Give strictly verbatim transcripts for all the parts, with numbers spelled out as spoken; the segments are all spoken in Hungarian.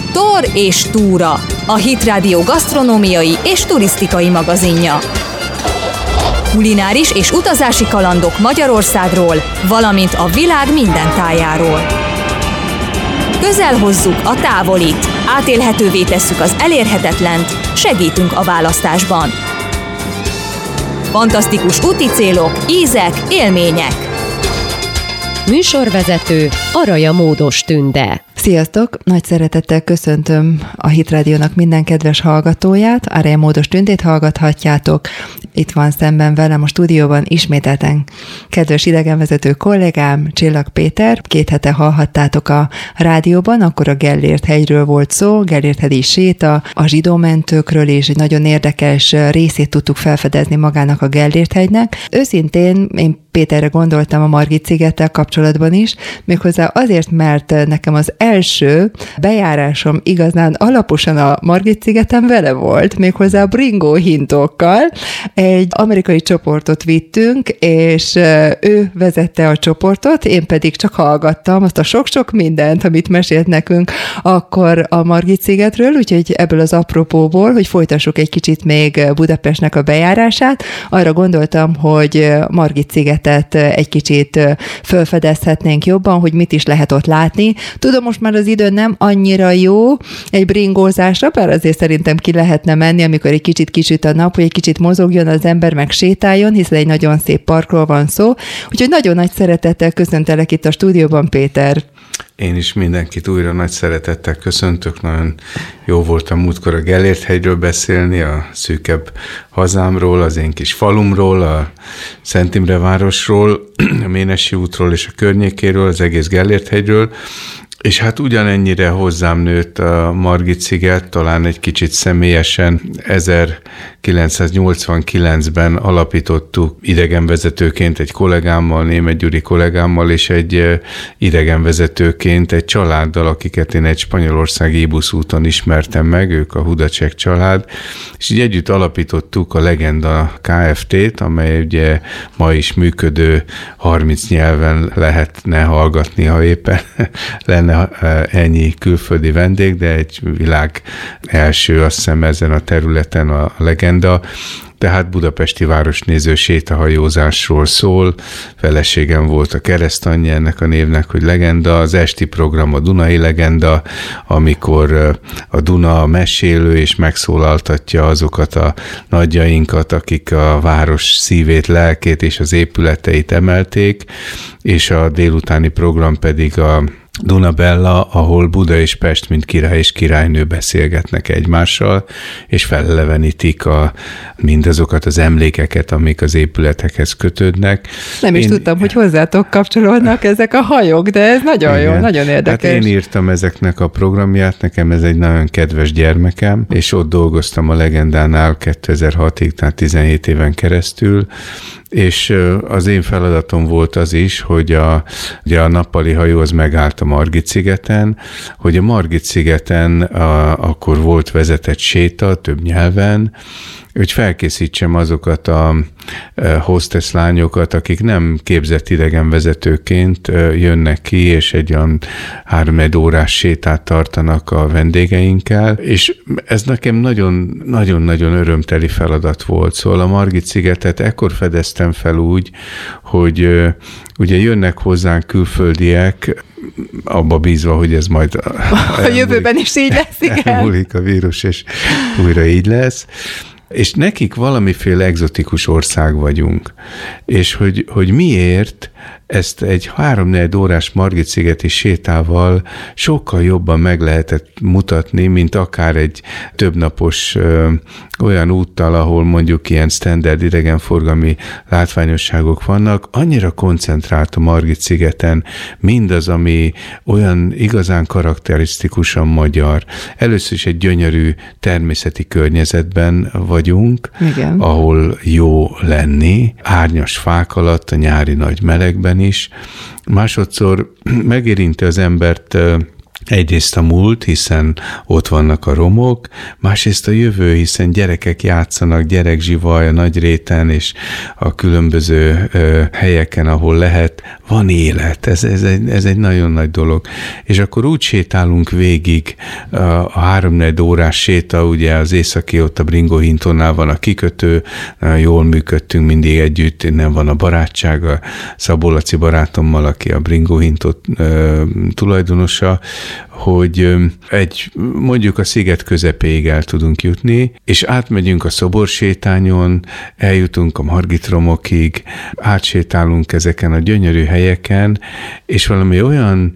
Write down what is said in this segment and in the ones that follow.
Tor és Túra, a Hit Rádió gasztronómiai és turisztikai magazinja. Kulináris és utazási kalandok Magyarországról, valamint a világ minden tájáról. Közel hozzuk a távolit, átélhetővé tesszük az elérhetetlent, segítünk a választásban. Fantasztikus úti célok, ízek, élmények. Műsorvezető Araja Módos Tünde. Sziasztok! Nagy szeretettel köszöntöm a Hit Rádiónak minden kedves hallgatóját, Araja Módos Tündét hallgathatjátok. Itt van szemben velem a stúdióban ismételten kedves idegenvezető kollégám, Csillag Péter. Két hete hallhattátok a rádióban, akkor a Gellért hegyről volt szó, Gellért-hegyi séta, a zsidómentőkről, és egy nagyon érdekes részét tudtuk felfedezni magának a Gellért hegynek. Őszintén én Péterre gondoltam a Margit-szigettel kapcsolatban is, méghozzá azért, mert nekem az első bejárásom igazán alaposan a Margit-szigeten vele volt, méghozzá a bringó hintókkal. Egy amerikai csoportot vittünk, és ő vezette a csoportot, én pedig csak hallgattam azt a sok-sok mindent, amit mesélt nekünk akkor a Margit-szigetről, úgyhogy ebből az apropóból, hogy folytassuk egy kicsit még Budapestnek a bejárását, arra gondoltam, hogy Margit-szigetet egy kicsit felfedezhetnénk jobban, hogy mit is lehet ott látni. Tudom, most már az idő nem annyira jó egy bringózásra, bár azért szerintem ki lehetne menni, amikor egy kicsit kisüt a nap, hogy egy kicsit mozogjon az ember, meg sétáljon, hiszen egy nagyon szép parkról van szó. Úgyhogy nagyon nagy szeretettel köszöntelek itt a stúdióban, Péter. Én is mindenkit újra nagy szeretettel köszöntök. Nagyon jó volt a múltkor a Gellért-hegyről beszélni, a szűkebb hazámról, az én kis falumról, a Szent Imre városról, a Ménesi útról és a környékéről, az egész Gellért-hegyről. És hát ugyanennyire hozzám nőtt a Margit-sziget, talán egy kicsit személyesen. ezerkilencszáznyolcvankilencben alapítottuk idegenvezetőként egy kollégámmal, Németh Gyuri kollégámmal, és egy idegenvezetőként egy családdal, akiket én egy spanyolországi buszúton ismertem meg, ők a Hudacek család, és így együtt alapítottuk a Legenda Kft-t, amely ugye ma is működő, harminc nyelven lehetne hallgatni, ha éppen lenne ennyi külföldi vendég, de egy világ első, azt hiszem, ezen a területen a Legenda. Tehát budapesti városnéző sétahajózásról szól. Feleségem volt a keresztanyja ennek a névnek, hogy Legenda. Az esti program a Dunai Legenda, amikor a Duna mesélő és megszólaltatja azokat a nagyjainkat, akik a város szívét, lelkét és az épületeit emelték, és a délutáni program pedig a Duna Bella, ahol Buda és Pest, mint király és királynő beszélgetnek egymással, és felelevenítik a, mindazokat az emlékeket, amik az épületekhez kötődnek. Nem is én... tudtam, hogy hozzátok kapcsolódnak ezek a hajók, de ez nagyon igen. Jó, nagyon érdekes. Hát én írtam ezeknek a programját, nekem ez egy nagyon kedves gyermekem, és ott dolgoztam a Legendánál kétezer-hatig, tehát tizenhét éven keresztül, és az én feladatom volt az is, hogy a, ugye a nappali hajó az megállt a Margit-szigeten, hogy a Margit-szigeten a, akkor volt vezetett séta több nyelven, hogy felkészítsem azokat a hostess lányokat, akik nem képzett idegenvezetőként jönnek ki, és egy olyan három-négy órás sétát tartanak a vendégeinkkel, és ez nekem nagyon, nagyon-nagyon örömteli feladat volt. Szóval a Margit-szigetet ekkor fedeztem fel úgy, hogy ugye jönnek hozzánk külföldiek, abba bízva, hogy ez majd a elmúlik, jövőben is így lesz, igen. Elmúlik a vírus, és újra így lesz. És nekik valamiféle egzotikus ország vagyunk. És hogy, hogy miért ezt egy három-négy órás Margit-szigeti sétával sokkal jobban meg lehetett mutatni, mint akár egy többnapos ö, olyan úttal, ahol mondjuk ilyen standard idegenforgalmi látványosságok vannak, annyira koncentrált a Margit-szigeten mindaz, ami olyan igazán karakterisztikusan magyar. Először is egy gyönyörű természeti környezetben vagyunk, igen. Ahol jó lenni, árnyas fák alatt, a nyári nagy melegben is. Másodszor megérinti az embert Egyrészt a múlt, hiszen ott vannak a romok, másrészt a jövő, hiszen gyerekek játszanak, gyerekzsivaj a Nagyréten és a különböző ö, helyeken, ahol lehet, van élet. Ez, ez, egy, ez egy nagyon nagy dolog. És akkor úgy sétálunk végig, a, a háromnegyed órás séta, ugye az északi, ott a Bringóhintonnál van a kikötő, nagyon jól működtünk mindig együtt, innen van a barátság, a Szabó Laci barátommal, aki a Bringóhintot ö, tulajdonosa, hogy egy, mondjuk a sziget közepéig el tudunk jutni, és átmegyünk a szoborsétányon, eljutunk a Margit-romokig, átsétálunk ezeken a gyönyörű helyeken, és valami olyan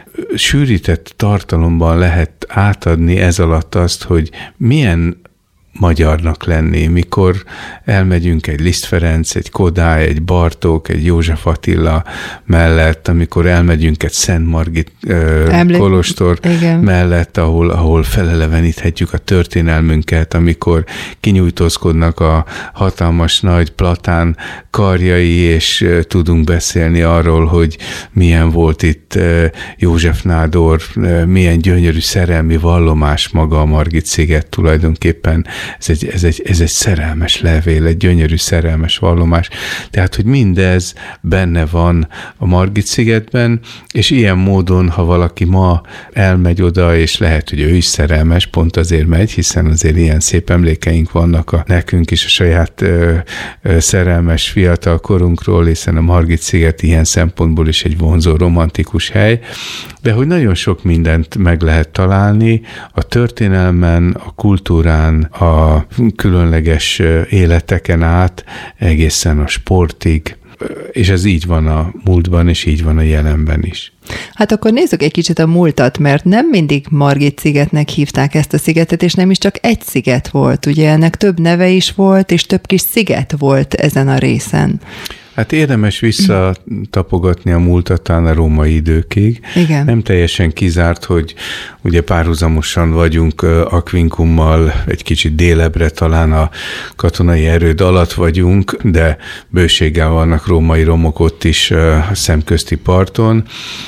sűrített tartalomban lehet átadni ez alatt azt, hogy milyen magyarnak lenni, mikor elmegyünk egy Liszt Ferenc, egy Kodály, egy Bartók, egy József Attila mellett, amikor elmegyünk egy Szent Margit uh, kolostor igen. mellett, ahol, ahol feleleveníthetjük a történelmünket, amikor kinyújtózkodnak a hatalmas nagy platán karjai, és uh, tudunk beszélni arról, hogy milyen volt itt uh, József Nádor, uh, milyen gyönyörű szerelmi vallomás maga a Margit-sziget tulajdonképpen. Ez egy, ez, egy, ez egy szerelmes levél, egy gyönyörű szerelmes vallomás. Tehát, hogy mindez benne van a Margit-szigetben, és ilyen módon, ha valaki ma elmegy oda, és lehet, hogy ő is szerelmes, pont azért megy, hiszen azért ilyen szép emlékeink vannak a, nekünk is a saját ö, ö, szerelmes fiatal korunkról, hiszen a Margit-sziget ilyen szempontból is egy vonzó, romantikus hely, de hogy nagyon sok mindent meg lehet találni a történelmen, a kultúrán, a a különleges életeken át, egészen a sportig, és ez így van a múltban, és így van a jelenben is. Hát akkor nézzük egy kicsit a múltat, mert nem mindig Margit-szigetnek hívták ezt a szigetet, és nem is csak egy sziget volt, ugye ennek több neve is volt, és több kis sziget volt ezen a részen. Hát érdemes visszatapogatni a múltat talán a római időkig. Igen. Nem teljesen kizárt, hogy ugye párhuzamosan vagyunk Aquincummal, egy kicsit délebre talán a katonai erőd alatt vagyunk, de bőséggel vannak római romok ott is a szemközti parton,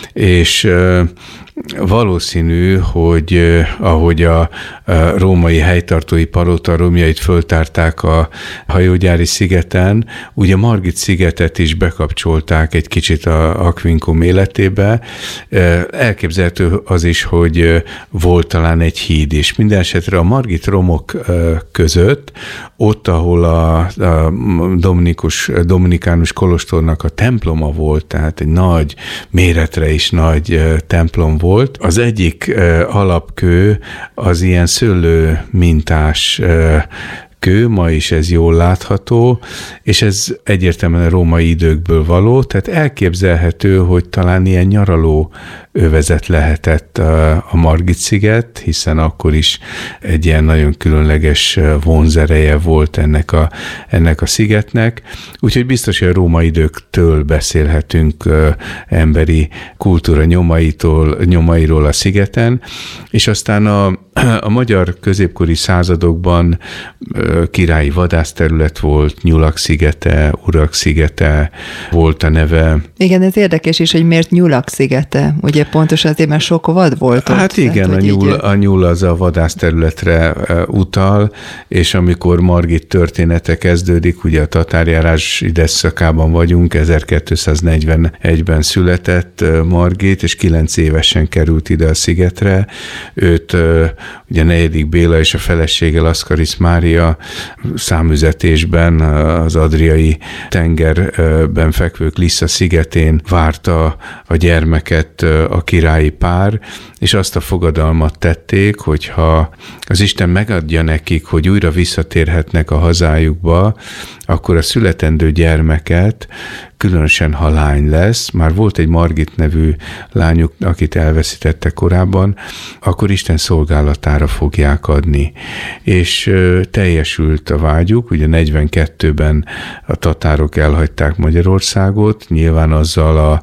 és valószínű, hogy ahogy a római helytartói palota romjait föltárták a hajógyári szigeten, ugye Margit-szigetet is bekapcsolták egy kicsit a Aquincum életébe. Elképzelhető az is, hogy volt talán egy híd is. Minden esetre a Margit romok között, ott, ahol a, a dominikus, dominikánus kolostornak a temploma volt, tehát egy nagy méretre is nagy templom volt. Az egyik uh, alapkő az ilyen szőlő mintás uh, kő, ma is ez jól látható, és ez egyértelműen római időkből való, tehát elképzelhető, hogy talán ilyen nyaraló övezet lehetett a Margit-sziget, hiszen akkor is egy ilyen nagyon különleges vonzereje volt ennek a, ennek a szigetnek, úgyhogy biztos, hogy a római időktől beszélhetünk emberi kultúra nyomaitól, nyomairól a szigeten, és aztán a, a magyar középkori századokban királyi vadászterület volt, Nyulak szigete, Urak szigete volt a neve. Igen, ez érdekes is, hogy miért Nyulak szigete, ugye pontosan azért, mert sok vad volt ott. Hát igen, tehát, a, nyúl, így... a nyúl az a vadászterületre utal, és amikor Margit története kezdődik, ugye a tatárjárás időszakában vagyunk, ezerkétszáznegyvenegyben született Margit, és kilenc évesen került ide a szigetre. Őt ugye Negyedik Béla és a felesége Laszkarisz Mária számüzetésben az Adriai tengerben fekvő Klissza szigetén várta a gyermeket a királyi pár, és azt a fogadalmat tették, hogyha az Isten megadja nekik, hogy újra visszatérhetnek a hazájukba, akkor a születendő gyermeket, különösen ha lány lesz, már volt egy Margit nevű lányuk, akit elveszítette korábban, akkor Isten szolgálatára fogják adni. És teljesült a vágyuk, ugye negyvenkettőben a tatárok elhagyták Magyarországot, nyilván azzal a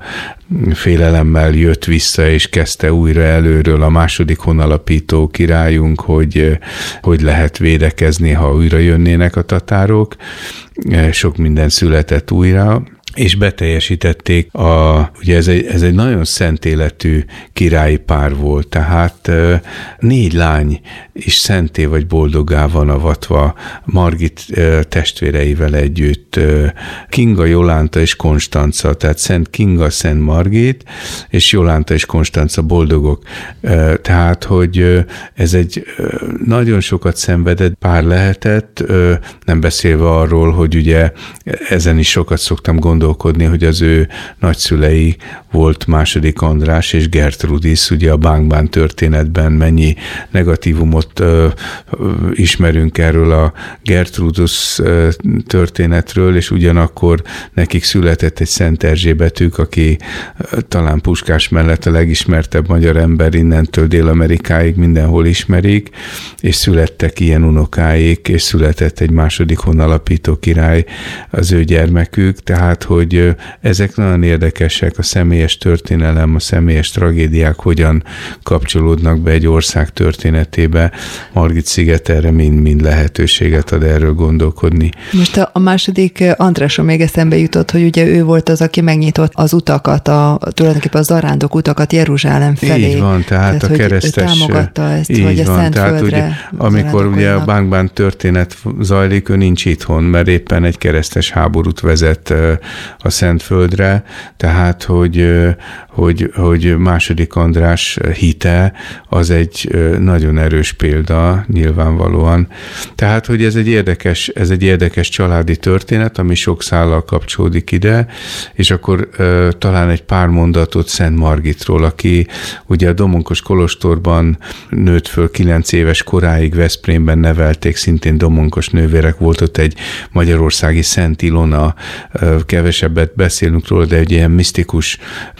félelemmel jött vissza, és kezdte újra előről a második honalapító királyunk, hogy hogy lehet védekezni, ha újra jönnének a tatárok. Sok minden született újra, és beteljesítették a, ugye ez egy, ez egy nagyon szent életű királyi pár volt, tehát négy lány is szenté vagy boldoggá van avatva Margit testvéreivel együtt, Kinga, Jolánta és Konstanca, tehát Szent Kinga, Szent Margit, és Jolánta és Konstanca boldogok. Tehát, hogy ez egy nagyon sokat szenvedett pár lehetett, nem beszélve arról, hogy ugye ezen is sokat szoktam gondolkodni, hogy az ő nagyszülei volt második András és Gertrudis, ugye a Bánk-Bán történetben mennyi negatívumot ö, ö, ismerünk erről a Gertrudis ö, történetről, és ugyanakkor nekik született egy Szent Erzsébetük, aki ö, talán Puskás mellett a legismertebb magyar ember, innentől Dél-Amerikáig mindenhol ismerik, és születtek ilyen unokáik, és született egy második honalapító király, az ő gyermekük, tehát, hogy ezek nagyon érdekesek, a személyes történelem, a személyes tragédiák hogyan kapcsolódnak be egy ország történetébe. Margit-sziget erre mind-mind lehetőséget ad erről gondolkodni. Most a, a második Andráson még eszembe jutott, hogy ugye ő volt az, aki megnyitott az utakat, a, tulajdonképpen az zarándok utakat Jeruzsálem felé. Így van, tehát, tehát a keresztes... támogatta ezt, így hogy van, a Szentföldre... Amikor ugye a Bánk-Bán történet zajlik, ő nincs itthon, mert éppen egy keresztes háborút vezet a Szentföldre, tehát, hogy, hogy, hogy második András hite az egy nagyon erős példa, nyilvánvalóan. Tehát, hogy ez egy érdekes, ez egy érdekes családi történet, ami sok szállal kapcsolódik ide, és akkor uh, talán egy pár mondatot Szent Margitról, aki ugye a Domonkos kolostorban nőtt föl kilenc éves koráig, Veszprémben nevelték, szintén domonkos nővérek, volt ott egy magyarországi Szent Ilona, uh, kevesebbet beszélünk róla, de egy ilyen misztikus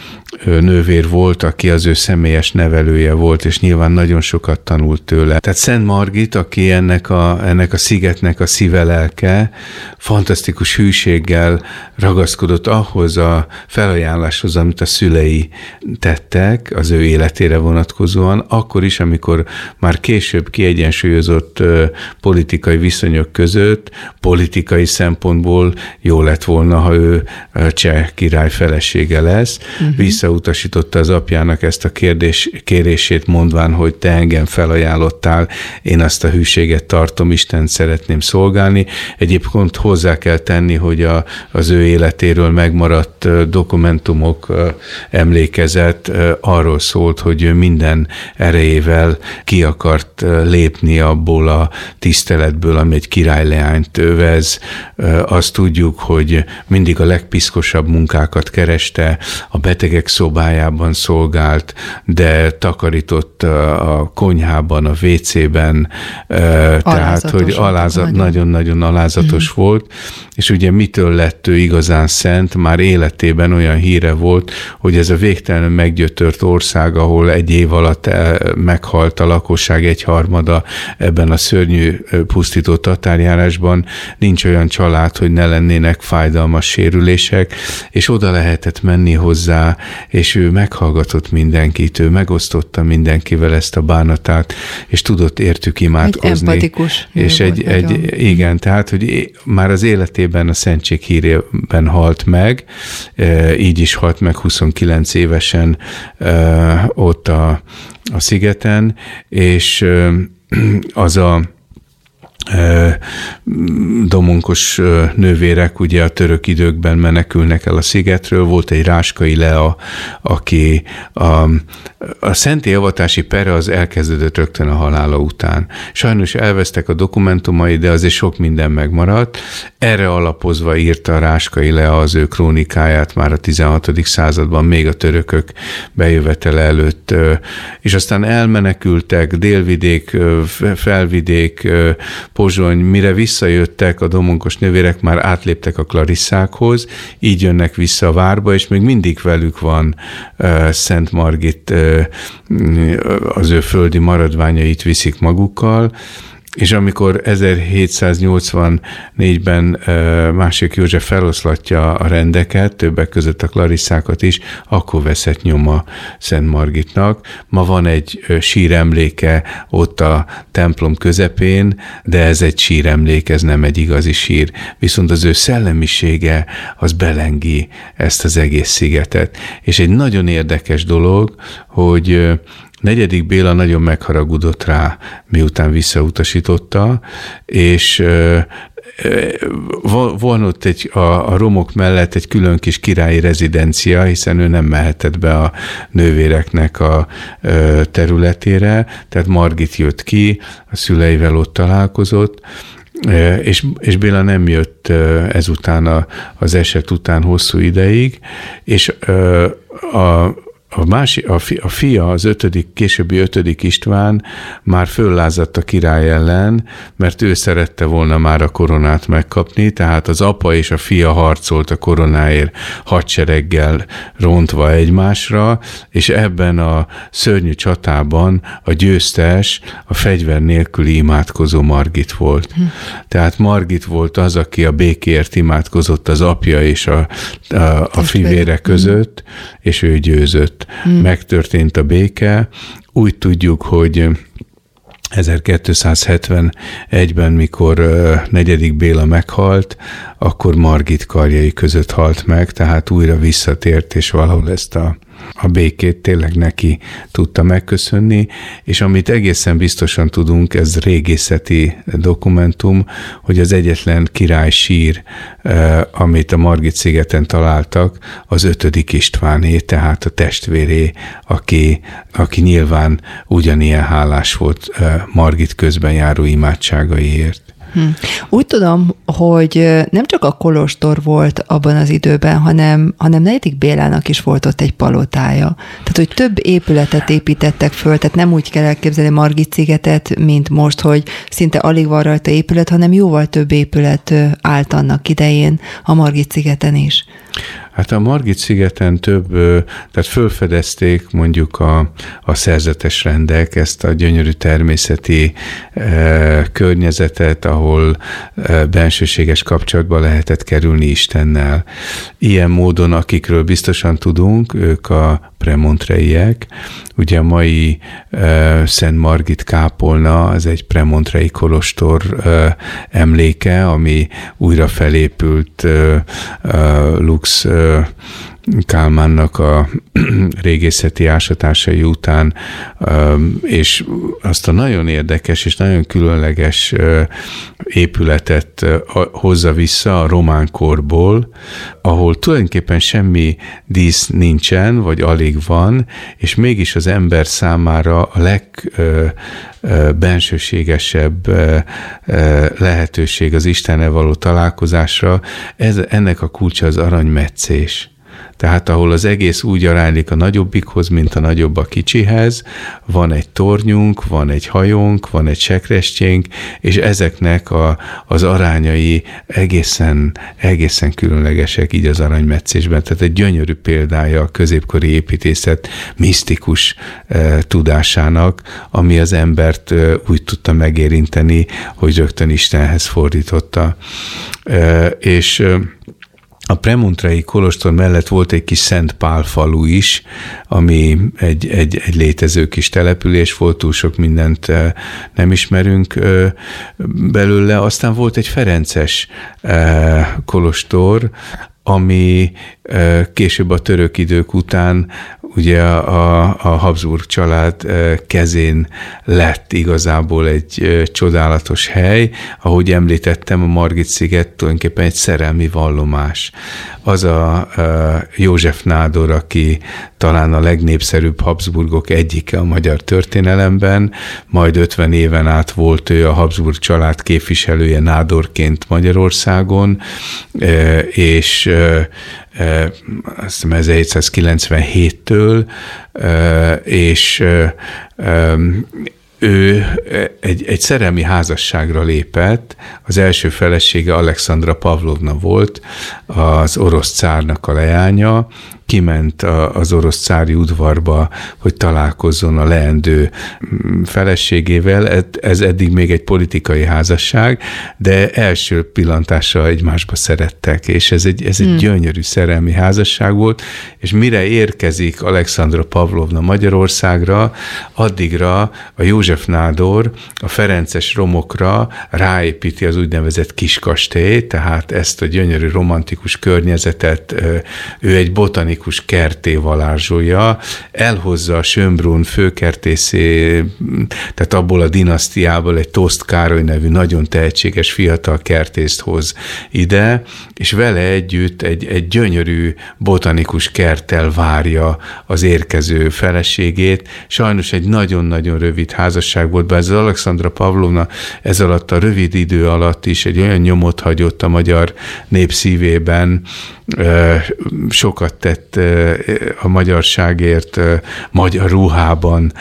nővér volt, aki az ő személyes nevelője volt, és nyilván nagyon sokat tanult tőle. Tehát Szent Margit, aki ennek a, ennek a szigetnek a szíve lelke, fantasztikus hűséggel ragaszkodott ahhoz a felajánláshoz, amit a szülei tettek az ő életére vonatkozóan, akkor is, amikor már később kiegyensúlyozott politikai viszonyok között, politikai szempontból jó lett volna, ha ő cseh király felesége lesz. Uh-huh. Visszautasította az apjának ezt a kérdés, kérését, mondván, hogy te engem felajánlottál, én azt a hűséget tartom, Istent szeretném szolgálni. Egyébként hozzá kell tenni, hogy a, az ő életéről megmaradt dokumentumok, emlékezet arról szólt, hogy ő minden erejével ki akart lépni abból a tiszteletből, ami egy királyleányt övez. Azt tudjuk, hogy mindig a legpiszkosabb munkákat kereste, a betegek szobájában szolgált, de takarított a konyhában, a vécében, tehát, hogy alázat, nagyon-nagyon alázatos mm. volt, és ugye mitől lett ő igazán szent, már életében olyan híre volt, hogy ez a végtelenül meggyötört ország, ahol egy év alatt meghalt a lakosság egyharmada ebben a szörnyű pusztító tatárjárásban, nincs olyan család, hogy ne lennének fájdalmas sérülések, és oda lehetett menni hozzá, és ő meghallgatott mindenkit, ő megosztotta mindenkivel ezt a bánatát, és tudott értük imádkozni. Egy empatikus. És egy, egy, igen, tehát, hogy már az életében a szentség hírében halt meg, így is halt meg huszonkilenc évesen ott a, a szigeten, és az a domonkos nővérek ugye a török időkben menekülnek el a szigetről. Volt egy Ráskai Lea, aki a, a szentélyavatási pere az elkezdődött rögtön a halála után. Sajnos elvesztek a dokumentumai, de azért sok minden megmaradt. Erre alapozva írta a Ráskai Lea az ő krónikáját már a tizenhatodik században, még a törökök bejövetele előtt. És aztán elmenekültek, Délvidék, Felvidék, Pozsony, mire visszajöttek a domonkos nővérek, már átléptek a Klarisszákhoz, így jönnek vissza a várba, és még mindig velük van uh, Szent Margit, uh, az ő földi maradványait viszik magukkal, És amikor ezerhétszáznyolcvannégyben második József feloszlatja a rendeket, többek között a Klarisszákat is, akkor veszett nyoma Szent Margitnak. Ma van egy síremléke ott a templom közepén, de ez egy síremlék, ez nem egy igazi sír. Viszont az ő szellemisége az belengi ezt az egész szigetet. És egy nagyon érdekes dolog, hogy negyedik Béla nagyon megharagudott rá, miután visszautasította, és van ott egy, a, a romok mellett egy külön kis királyi rezidencia, hiszen ő nem mehetett be a nővéreknek a területére, tehát Margit jött ki, a szüleivel ott találkozott, és, és Béla nem jött ezután a, az eset után hosszú ideig, és a A, másik, a, fi, a fia, az ötödik, későbbi ötödik István már föllázadt a király ellen, mert ő szerette volna már a koronát megkapni, tehát az apa és a fia harcolt a koronáért hadsereggel rontva egymásra, és ebben a szörnyű csatában a győztes a fegyver nélküli imádkozó Margit volt. Hm. Tehát Margit volt az, aki a békéért imádkozott az apja és a, a, a fivére között, és ő győzött. Hmm. Megtörtént a béke. Úgy tudjuk, hogy ezerkétszázhetvenegyben, mikor negyedik Béla meghalt, akkor Margit karjai között halt meg, tehát újra visszatért, és valahol ezt a, a békét tényleg neki tudta megköszönni, és amit egészen biztosan tudunk, ez régészeti dokumentum, hogy az egyetlen királysír, amit a Margit-szigeten találtak, az ötödik Istváné, tehát a testvéré, aki, aki nyilván ugyanilyen hálás volt Margit közben járó imádságaiért. Hm. Úgy tudom, hogy nem csak a kolostor volt abban az időben, hanem, hanem negyedik Bélának is volt ott egy palotája. Tehát, hogy több épületet építettek föl, tehát nem úgy kell elképzelni Margit-szigetet, mint most, hogy szinte alig van rajta épület, hanem jóval több épület állt annak idején a Margit-szigeten is. Hát a Margit-szigeten több, tehát fölfedezték mondjuk a, a szerzetes rendek, ezt a gyönyörű természeti e, környezetet, ahol e, bensőséges kapcsolatba lehetett kerülni Istennel. Ilyen módon, akikről biztosan tudunk, ők a premontreiek. Ugye a mai e, Szent Margit kápolna, az egy premontrei kolostor e, emléke, ami újra felépült e, e, Lux e, Kálmánnak a régészeti ásatásai után, és azt a nagyon érdekes és nagyon különleges épületet hozza vissza a román korból, ahol tulajdonképpen semmi dísz nincsen, vagy alig van, és mégis az ember számára a legbensőségesebb lehetőség az Istennel való találkozásra, ez, ennek a kulcsa az aranymetszés. Tehát ahol az egész úgy aránylik a nagyobbikhoz, mint a nagyobb a kicsihez, van egy tornyunk, van egy hajónk, van egy sekrestjénk, és ezeknek a, az arányai egészen, egészen különlegesek így az aranymetszésben. Tehát egy gyönyörű példája a középkori építészet misztikus e, tudásának, ami az embert e, úgy tudta megérinteni, hogy rögtön Istenhez fordította. E, és e, a premontrai kolostor mellett volt egy kis Szent Pál falu is, ami egy, egy, egy létező kis település volt, túl sok mindent nem ismerünk belőle. Aztán volt egy ferences kolostor, ami később a török idők után ugye a, a Habsburg család kezén lett igazából egy csodálatos hely. Ahogy említettem, a Margit-sziget tulajdonképpen egy szerelmi vallomás. Az a József nádor, aki talán a legnépszerűbb Habsburgok egyike a magyar történelemben, majd ötven éven át volt ő a Habsburg család képviselője nádorként Magyarországon, és azt hiszem ezerhétszázkilencvenhéttől, és ő egy, egy szerelmi házasságra lépett, az első felesége Alexandra Pavlovna volt, az orosz cárnak a leánya, kiment az orosz cári udvarba, hogy találkozzon a leendő feleségével. Ez eddig még egy politikai házasság, de első pillantásra egymásba szerettek, és ez egy, ez egy hmm. gyönyörű szerelmi házasság volt, és mire érkezik Alekszandra Pavlovna Magyarországra, addigra a József nádor a ferences romokra ráépíti az úgynevezett kiskastélyt, tehát ezt a gyönyörű romantikus környezetet ő egy botanikus kertté varázsolja, elhozza a Schönbrunn főkertészé, tehát abból a dinasztiából egy Toszt Károly nevű nagyon tehetséges fiatal kertészt hoz ide, és vele együtt egy, egy gyönyörű botanikus kerttel várja az érkező feleségét. Sajnos egy nagyon-nagyon rövid házasság volt, bár az Alekszandra Pavlovna ez alatt a rövid idő alatt is egy olyan nyomot hagyott a magyar nép szívében, sokat tett a magyarságért, magyar ruhában,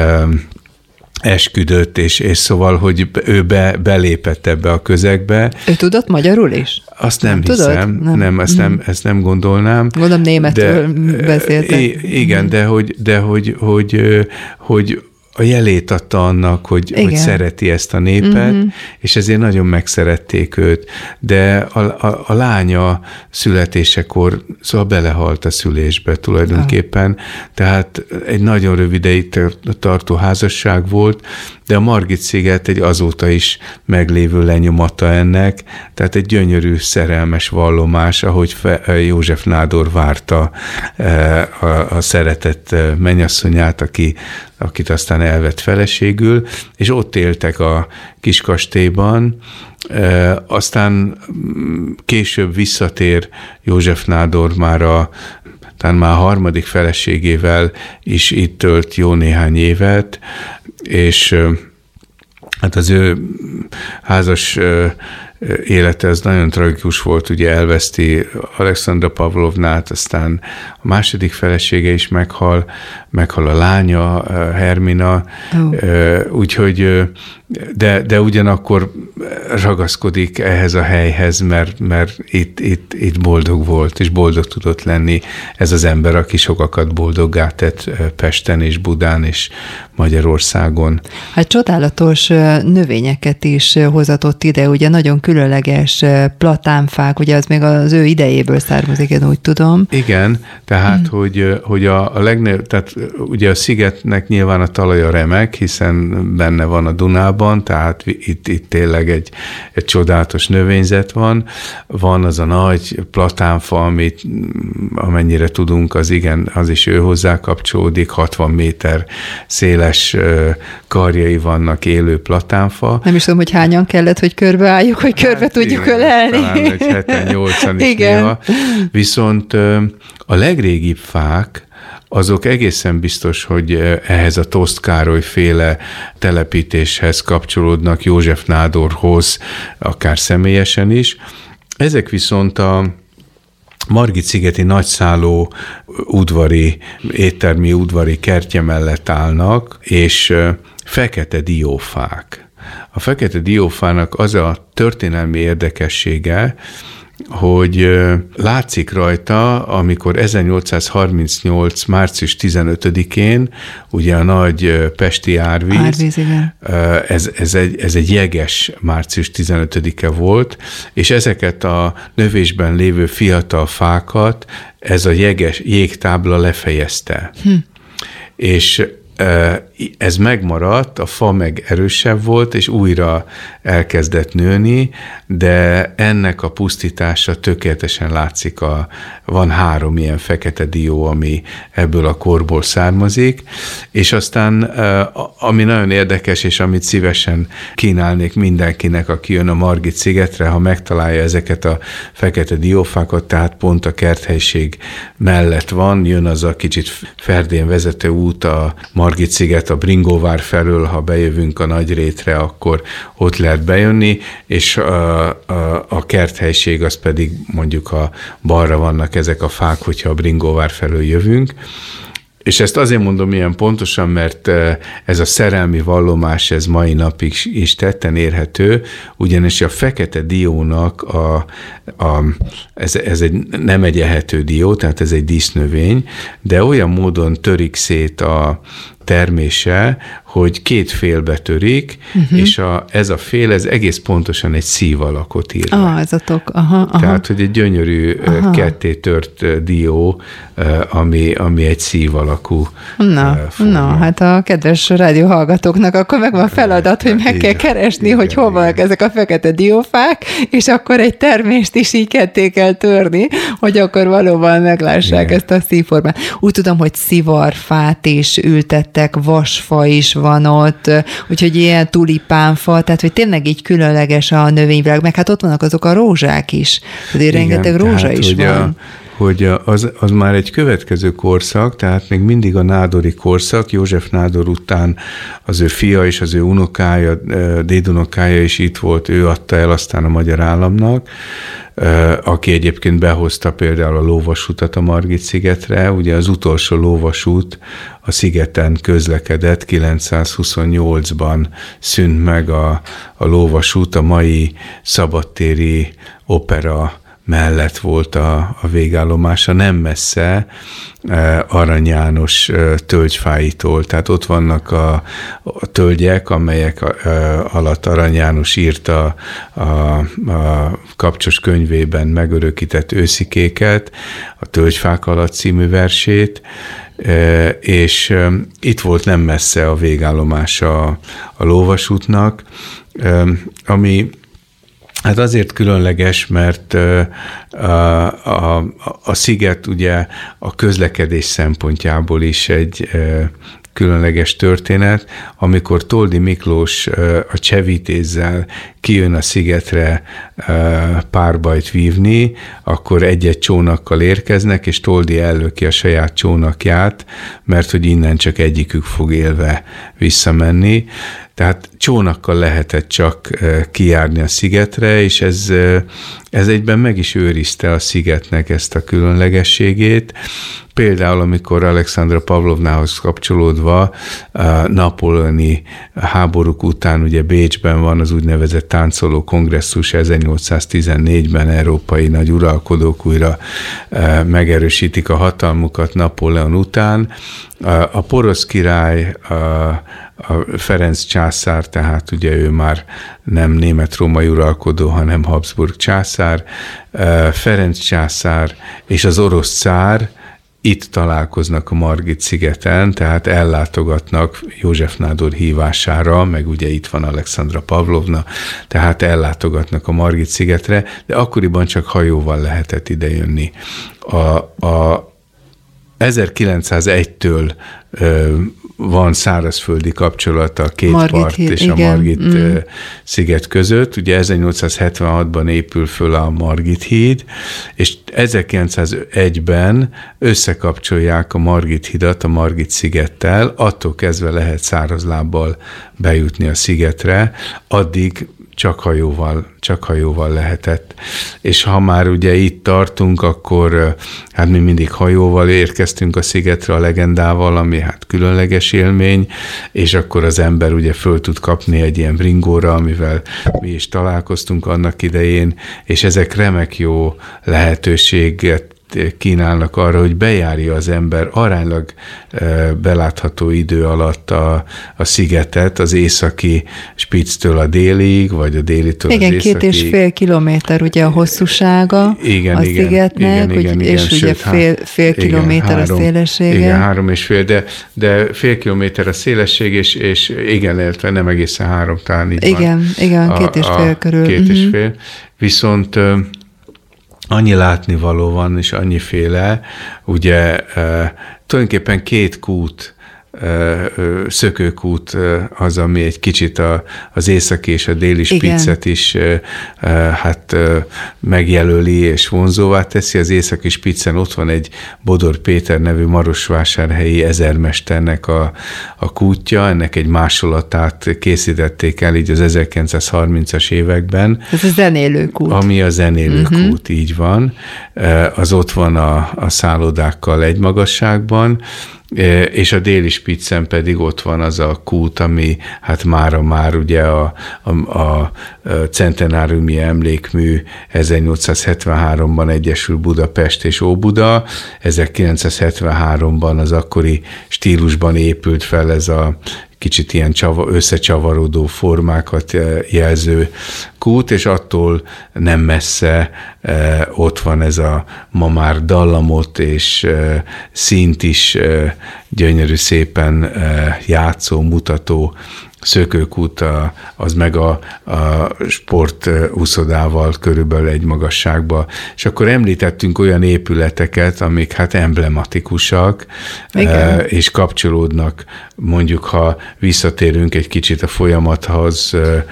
esküdött, és, és szóval, hogy ő be, belépett ebbe a közegbe. Ő tudott magyarul is? Azt nem, nem hiszem, nem, nem, ezt, nem, ezt nem gondolnám. Gondolom németül beszéltek. Igen, de hogy, de hogy, hogy, hogy a jelét adta annak, hogy, hogy szereti ezt a népet, uh-huh. és ezért nagyon megszerették őt. De a, a, a lánya születésekor szóval belehalt a szülésbe tulajdonképpen, uh-huh. tehát egy nagyon rövid ideig tartó házasság volt, de a Margit-sziget egy azóta is meglévő lenyomata ennek, tehát egy gyönyörű, szerelmes vallomás, ahogy József nádor várta a, a szeretett mennyasszonyát, aki, akit aztán elvett feleségül, és ott éltek a kiskastélyban, aztán később visszatér József nádor már a talán már a harmadik feleségével is itt tölt jó néhány évet, és hát az ő házas élete az nagyon tragikus volt, ugye elveszti Alekszandra Pavlovnát, aztán a második felesége is meghal, meghal a lánya, Hermina, oh. úgyhogy, de, de ugyanakkor ragaszkodik ehhez a helyhez, mert, mert itt, itt, itt boldog volt, és boldog tudott lenni ez az ember, aki sokakat boldoggá tett Pesten és Budán és Magyarországon. Hát csodálatos növényeket is hozatott ide, ugye nagyon különleges platánfák, ugye az még az ő idejéből származik, én úgy tudom. Igen, tehát, hmm. hogy, hogy a, a legnagyobb, tehát ugye a szigetnek nyilván a talaja remek, hiszen benne van a Dunában, tehát itt, itt tényleg egy, egy csodálatos növényzet van. Van az a nagy platánfa, amit amennyire tudunk, az igen, az is ő hozzá kapcsolódik, hatvan méter széles karjai vannak, élő platánfa. Nem is tudom, hogy hányan kellett, hogy körbeálljuk, hogy körbe hát tudjuk igen, ölelni. Talán egy heten-nyolcan is néha. Viszont a legrégibb fák, azok egészen biztos, hogy ehhez a Toszt Károly féle telepítéshez kapcsolódnak, József nádorhoz, akár személyesen is. Ezek viszont a Margit-szigeti nagyszálló udvari, éttermi udvari kertje mellett állnak, és fekete diófák. A fekete diófának az a történelmi érdekessége, hogy látszik rajta, amikor ezernyolcszázharmincnyolc. március tizenötödikén, ugye a nagy pesti árvíz, árvíz ez, ez, egy, ez egy jeges március tizenötödike volt, és ezeket a növésben lévő fiatal fákat ez a jeges jégtábla lefejezte. Hm. És ez megmaradt, a fa meg erősebb volt, és újra elkezdett nőni, de ennek a pusztítása tökéletesen látszik. A, van három ilyen fekete dió, ami ebből a korból származik, és aztán, ami nagyon érdekes, és amit szívesen kínálnék mindenkinek, aki jön a Margit-szigetre, ha megtalálja ezeket a fekete diófákat, tehát pont a kerthelyiség mellett van, jön az a kicsit ferdén vezető út a Margit-sziget, a Bringóvár felől, ha bejövünk a Nagyrétre, akkor ott lehet bejönni, és a, a, a kerthelyiség az pedig mondjuk a balra vannak ezek a fák, hogyha a Bringóvár felől jövünk, És ezt azért mondom ilyen pontosan, mert ez a szerelmi vallomás, ez mai napig is tetten érhető, ugyanis a fekete diónak a, a, ez, ez egy, nem egy ehető dió, tehát ez egy dísznövény, de olyan módon törik szét a termése, hogy két félbe törik, uh-huh. és a, ez a fél, ez egész pontosan egy szív alakot ír. Ah, ez a tok. Aha, aha. Tehát, hogy egy gyönyörű aha. ketté tört dió, ami, ami egy szív alakú Na, na, hát a kedves rádióhallgatóknak akkor meg van feladat, hogy meg igen, kell keresni, igen, hogy hol vannak ezek a fekete diófák, és akkor egy termést is így ketté kell törni, hogy akkor valóban meglássák igen. ezt a szívformát. Úgy tudom, hogy szivarfát is ültettek, vasfa is van ott, úgyhogy ilyen tulipánfa, tehát hogy tényleg így különleges a növényvilág, meg hát ott vannak azok a rózsák is, azért igen, rengeteg rózsa tehát, is van. A, hogy az, az már egy következő korszak, tehát még mindig a nádori korszak, József nádor után az ő fia és az ő unokája, dédunokája is itt volt, ő adta el aztán a magyar államnak, aki egyébként behozta például a lóvasutat a Margit-szigetre, ugye az utolsó lóvasút a szigeten közlekedett, kilencszázhuszonnyolcban szűnt meg a, a lóvasút, a mai szabadtéri opera mellett volt a, a végállomása, nem messze Arany János tölgyfáitól. Tehát ott vannak a, a tölgyek, amelyek alatt Arany János írta a, a Kapcsos könyvében megörökített őszikéket, a Tölgyfák alatt című versét, és itt volt nem messze a végállomása a, a lóvasútnak, ami hát azért különleges, mert a, a, a sziget ugye a közlekedés szempontjából is egy különleges történet, amikor Toldy Miklós a Csevitézzel kijön a szigetre párbajt vívni, akkor egy-egy csónakkal érkeznek, és Toldy ellöki a saját csónakját, mert hogy innen csak egyikük fog élve visszamenni. Tehát csónakkal lehetett csak kijárni a szigetre, és ez, ez egyben meg is őrizte a szigetnek ezt a különlegességét. Például, amikor Alexandra Pavlovnához kapcsolódva a napóleoni háborúk után ugye Bécsben van az úgynevezett táncoló kongresszus ezernyolcszáztizennégyben, európai nagy uralkodók újra megerősítik a hatalmukat Napóleon után. A porosz király, a, a Ferenc császár, tehát ugye ő már nem német-római uralkodó, hanem Habsburg császár, Ferenc császár és az orosz cár itt találkoznak a Margit-szigeten, tehát ellátogatnak József nádor hívására, meg ugye itt van Alexandra Pavlovna, tehát ellátogatnak a Margit-szigetre, de akkoriban csak hajóval lehetett idejönni. A, a ezerkilencszázegytől ö, van szárazföldi kapcsolata a két Margit part és igen. a Margit mm. sziget között. Ugye ezernyolcszázhetvenhatban épül föl a Margit híd, és ezerkilencszázegyben összekapcsolják a Margit hidat a Margit szigettel, attól kezdve lehet szárazlábbal bejutni a szigetre, addig csak hajóval, csak hajóval lehetett. És ha már ugye itt tartunk, akkor hát mi mindig hajóval érkeztünk a szigetre a legendával, ami hát különleges élmény, és akkor az ember ugye föl tud kapni egy ilyen bringóra, amivel mi is találkoztunk annak idején, és ezek remek jó lehetőséget kínálnak arra, hogy bejárja az ember aránylag belátható idő alatt a, a szigetet, az északi spicctől a délig, vagy a délitől igen, az északi. két és fél kilométer ugye a hosszúsága igen, a igen, szigetnek, igen, igen, és igen, ugye sőt, fél, fél igen, kilométer három, a szélessége. Igen, három és fél, de, de fél kilométer a szélesség, és, és igen, illetve nem egészen három, talán így igen, van. Igen, két és fél a, körül. Két uh-huh. és fél. Viszont annyi látnivaló van, és annyiféle, ugye tulajdonképpen két kút, szökőkút az, ami egy kicsit a, az északi és a déli spiccet is hát megjelöli és vonzóvá teszi. Az északi spiccen ott van egy Bodor Péter nevű marosvásárhelyi ezermesternek a, a kútja, ennek egy másolatát készítették el így az ezerkilencszázharmincas években. Ez a zenélő kút. Ami a zenélő uh-huh. kút, így van. Az ott van a, a szállodákkal egy magasságban, és a déli spiccen pedig ott van az a kút, ami hát mára már ugye a, a, a centenáriumi emlékmű ezernyolcszázhetvenháromban egyesül Budapest és Óbuda, ezerkilencszázhetvenháromban az akkori stílusban épült fel ez a kicsit ilyen csava, összecsavarodó formákat jelző kút, és attól nem messze e, ott van ez a ma már dallamot és e, színt is e, gyönyörű szépen e, játszó, mutató szökőkút, az meg a, a sportúszodával körülbelül egy magasságba. És akkor említettünk olyan épületeket, amik hát emblematikusak, Igen. és kapcsolódnak, mondjuk, ha visszatérünk egy kicsit a folyamathoz,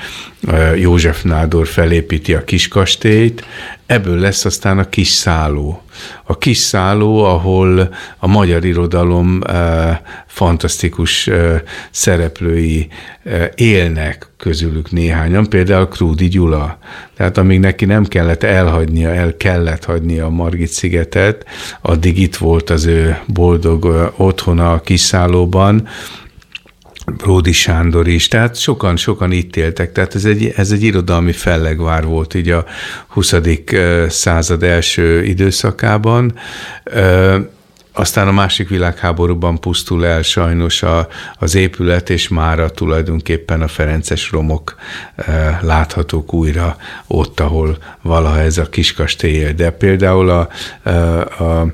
József nádor felépíti a Kiskastélyt, ebből lesz aztán a Kis Szálló. A Kis Szálló, ahol a magyar irodalom eh, fantasztikus eh, szereplői eh, élnek, közülük néhányan, például Krúdy Gyula. Tehát amíg neki nem kellett elhagynia, el kellett hagynia a Margit-szigetet, addig itt volt az ő boldog eh, otthona a Kis Szállóban, Bródy Sándor is, tehát sokan-sokan itt éltek, tehát ez egy, ez egy irodalmi fellegvár volt így a huszadik század első időszakában. Aztán a második világháborúban pusztul el sajnos a, az épület, és mára tulajdonképpen a ferences romok e, láthatók újra ott, ahol valaha ez a kiskastély él. De például a, a, a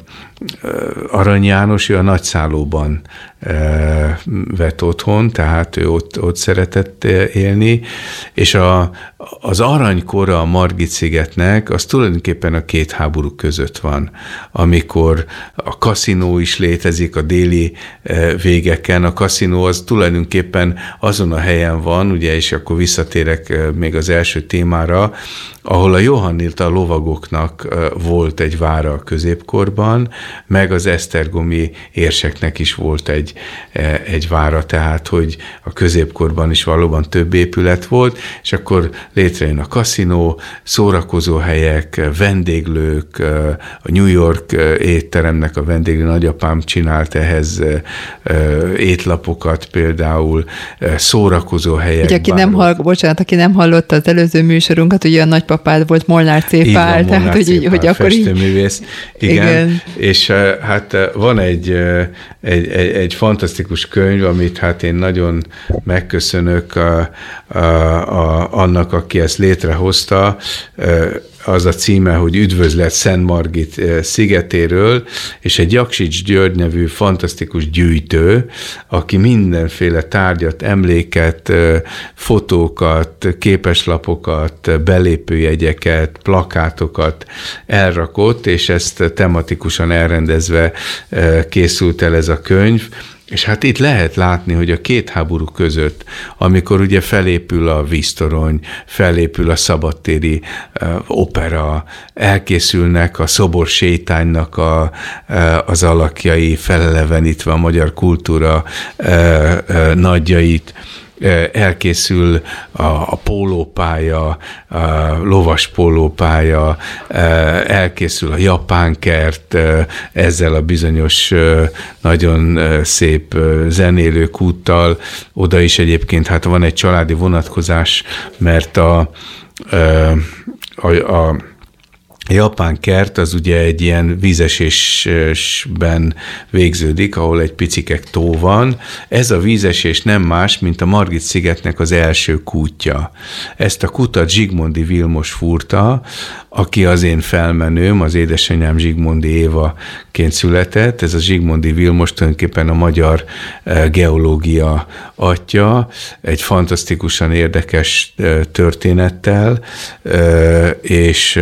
Arany János, ő a Nagyszállóban e, vett otthon, tehát ő ott, ott szeretett élni, és a, az aranykora a Margit-szigetnek az tulajdonképpen a két háború között van, amikor a kaszinó is létezik a déli e, végeken. A kaszinó az tulajdonképpen azon a helyen van, ugye, és akkor visszatérek e, még az első témára, ahol a Johannita lovagoknak volt egy vára a középkorban, meg az esztergomi érseknek is volt egy, egy vára, tehát hogy a középkorban is valóban több épület volt, és akkor létrejön a kaszinó, szórakozóhelyek, vendéglők, a New York étteremnek a vendéglő nagyapám csinált ehhez étlapokat például, szórakozóhelyek. Ugye, aki nem hall, bocsánat, aki nem hallotta az előző műsorunkat, ugye a nagypapád volt Molnár C. Pál, tehát hogy, így, hogy akkor festőművész. Igen. Igen. És hát van egy, egy, egy, egy fantasztikus könyv, amit hát én nagyon megköszönök a, a, a, annak, aki ezt létrehozta, az a címe, hogy Üdvözlet Szent Margit szigetéről, és egy Jaksics György nevű fantasztikus gyűjtő, aki mindenféle tárgyat, emléket, fotókat, képeslapokat, belépőjegyeket, plakátokat elrakott, és ezt tematikusan elrendezve készült el ez a könyv. És hát itt lehet látni, hogy a két háború között, amikor ugye felépül a víztorony, felépül a szabadtéri uh, opera, elkészülnek a szobor sétánynak a, uh, az alakjai, felelevenítve a magyar kultúra uh, uh, nagyjait, elkészül a, a pólópálya, a lovas pólópálya, elkészül a japán kert ezzel a bizonyos nagyon szép zenélő kúttal. Oda is egyébként hát van egy családi vonatkozás, mert a, a, a A japán kert az ugye egy ilyen vízesésben végződik, ahol egy picikek tó van. Ez a vízesés nem más, mint a Margit-szigetnek az első kútja. Ezt a kutat Zsigmondy Vilmos fúrta, aki az én felmenőm, az édesanyám Zsigmondy Évaként született. Ez a Zsigmondy Vilmos tulajdonképpen a magyar geológia atya, egy fantasztikusan érdekes történettel, és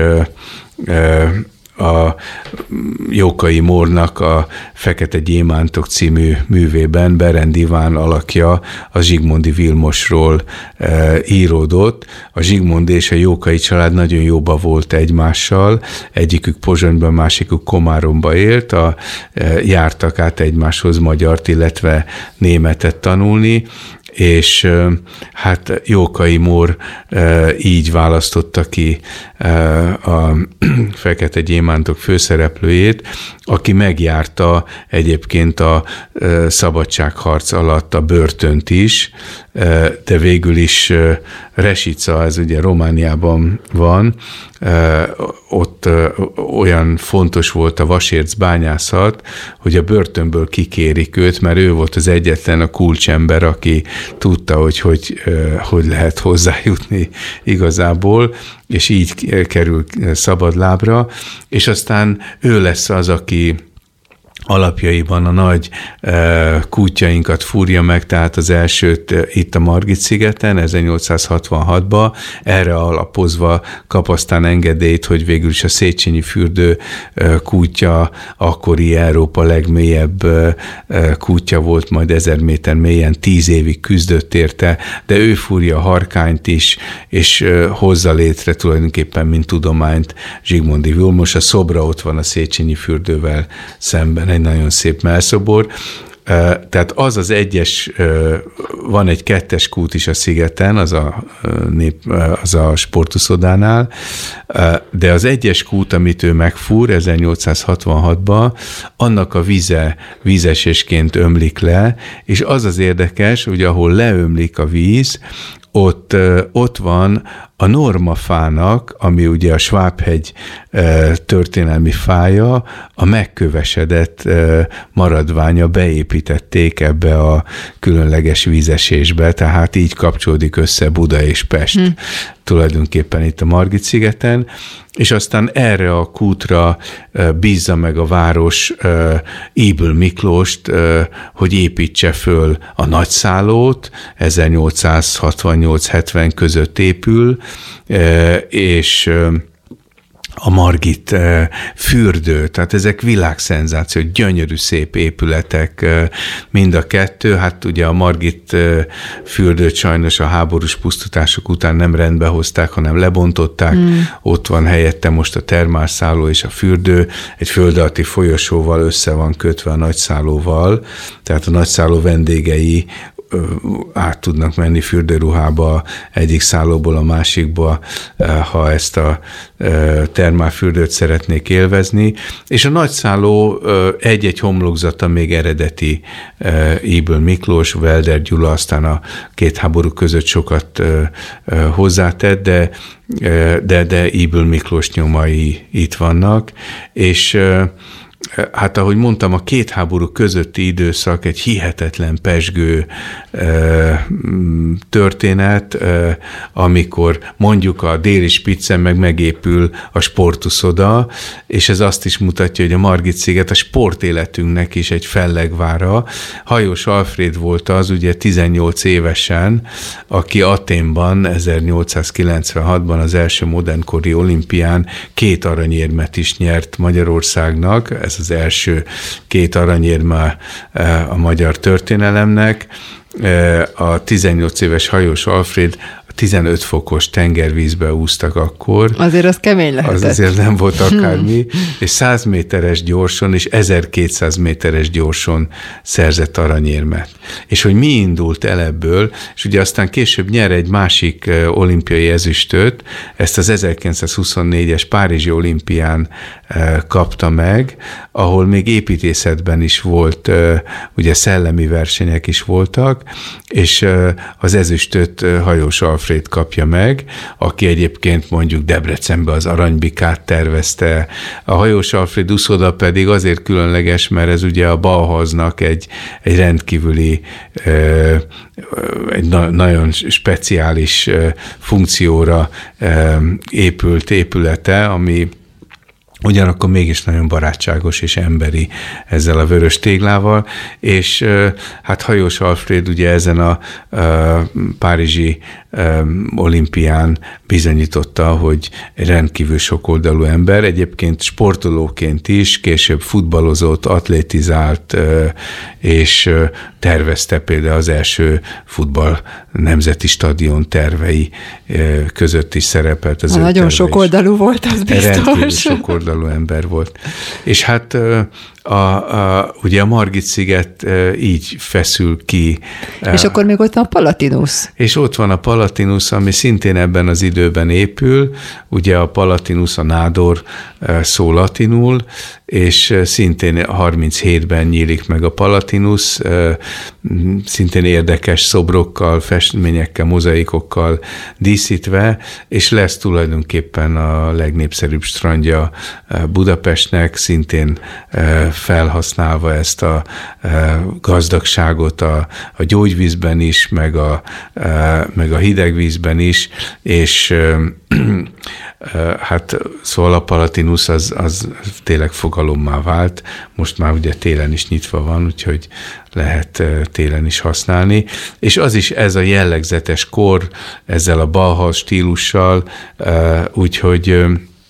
a Jókai Mórnak a Fekete Gyémántok című művében Berend Iván alakja a Zsigmondy Vilmosról e, íródott. A Zsigmondy és a Jókai család nagyon jóba volt egymással, egyikük Pozsonyban, másikük Komáromba élt, a, e, jártak át egymáshoz magyart, illetve németet tanulni, és hát Jókai Mór így választotta ki a Fekete Gyémántok főszereplőjét, aki megjárta egyébként a szabadságharc alatt a börtönt is, de végül is Resica, ez ugye Romániában van, ott olyan fontos volt a vasérc bányászat, hogy a börtönből kikérik őt, mert ő volt az egyetlen a kulcsember, aki tudta, hogy hogy, hogy lehet hozzájutni igazából, és így kerül szabadlábra, és aztán ő lesz az, aki alapjaiban a nagy e, kútjainkat fúrja meg, tehát az elsőt e, itt a Margit-szigeten, ezernyolcszázhatvanhatban, erre alapozva kap aztán engedélyt, hogy végül is a Széchenyi fürdő e, kútja akkori Európa legmélyebb e, kútja volt, majd ezer méter mélyen, tíz évig küzdött érte, de ő fúrja a Harkányt is, és e, hozza létre tulajdonképpen, mint tudományt Zsigmondy Vilmos. A szobra ott van a Széchenyi fürdővel szemben, egy nagyon szép mellszobor. Tehát az az egyes, van egy kettes kút is a szigeten, az a, nép, az a sportuszodánál, de az egyes kút, amit ő megfúr ezernyolcszázhatvanhatban, annak a vize vízesésként ömlik le, és az az érdekes, hogy ahol leömlik a víz, ott, ott van a normafának, ami ugye a Svábhegy történelmi fája, a megkövesedett maradványa beépítették ebbe a különleges vízesésbe, tehát így kapcsolódik össze Buda és Pest. Hmm. Tulajdonképpen itt a Margit-szigeten, és aztán erre a kútra bízza meg a város Ybl Miklóst, hogy építse föl a nagyszállót, ezernyolcszázhatvannyolc hetven között épül, és a Margit fürdő, tehát ezek világszenzáció, gyönyörű szép épületek mind a kettő, hát ugye a Margit fürdőt sajnos a háborús pusztítások után nem rendbe hozták, hanem lebontották, mm. ott van helyette most a termálszálló és a fürdő, egy földalatti folyosóval össze van kötve a nagyszállóval, tehát a nagyszálló vendégei át tudnak menni fürdőruhába egyik szállóból a másikba, ha ezt a termálfürdőt szeretnék élvezni, és a nagyszálló egy-egy homlokzata még eredeti Ybl Miklós, Welder Gyula, aztán a két háború között sokat hozzátett, de, de, de Ybl Miklós nyomai itt vannak, és hát ahogy mondtam, a két háború közötti időszak egy hihetetlen pezsgő történet, amikor mondjuk a déli spiccen meg megépül a sportuszoda, és ez azt is mutatja, hogy a Margit-sziget a sportéletünknek is egy fellegvára. Hajós Alfréd volt az, ugye tizennyolc évesen, aki Athénban ezernyolcszázkilencvenhatban az első modernkori olimpián két aranyérmet is nyert Magyarországnak, ez az első két aranyérme a magyar történelemnek. A tizennyolc éves Hajós Alfréd tizenöt fokos tengervízbe úsztak akkor. Azért az kemény lehetett. Az azért nem volt akármi, és száz méteres gyorson és ezerkétszáz méteres gyorson szerzett aranyérmet. És hogy mi indult el ebből, és ugye aztán később nyer egy másik olimpiai ezüstöt, ezt az ezerkilencszázhuszonnégyes Párizsi olimpián kapta meg, ahol még építészetben is volt, ugye szellemi versenyek is voltak, és az ezüstöt Hajós Alfréd kapja meg, aki egyébként mondjuk Debrecenbe az Aranybikát tervezte. A Hajós Alfréd úszoda pedig azért különleges, mert ez ugye a Bauhausnak egy, egy rendkívüli, egy na- nagyon speciális funkcióra épült épülete, ami ugyanakkor mégis nagyon barátságos és emberi ezzel a vörös téglával, és hát Hajós Alfréd ugye ezen a, a párizsi a, olimpián bizonyította, hogy egy rendkívül sokoldalú ember, egyébként sportolóként is, később futballozott, atlétizált, és tervezte például az első futball nemzeti stadion tervei között is szerepelt az ő Nagyon sokoldalú volt, az biztos. Rendkívül sokoldalú ember volt. És hát a, a, ugye a Margit-sziget így feszül ki. És akkor még ott van a Palatinus. És ott van a Palatinus, ami szintén ebben az időben épül, ugye a Palatinus, a nádor szó latinul, és szintén harminchétben nyílik meg a Palatinus, szintén érdekes szobrokkal, festményekkel, mozaikokkal díszítve, és lesz tulajdonképpen a legnépszerűbb strandja Budapestnek, szintén felhasználva ezt a gazdagságot a, a gyógyvízben is, meg a, meg a hidegvízben is, és hát szóval a Palatinus az, az tényleg fogalommá vált, most már ugye télen is nyitva van, úgyhogy lehet télen is használni, és az is ez a jellegzetes kor, ezzel a Bauhaus stílussal, úgyhogy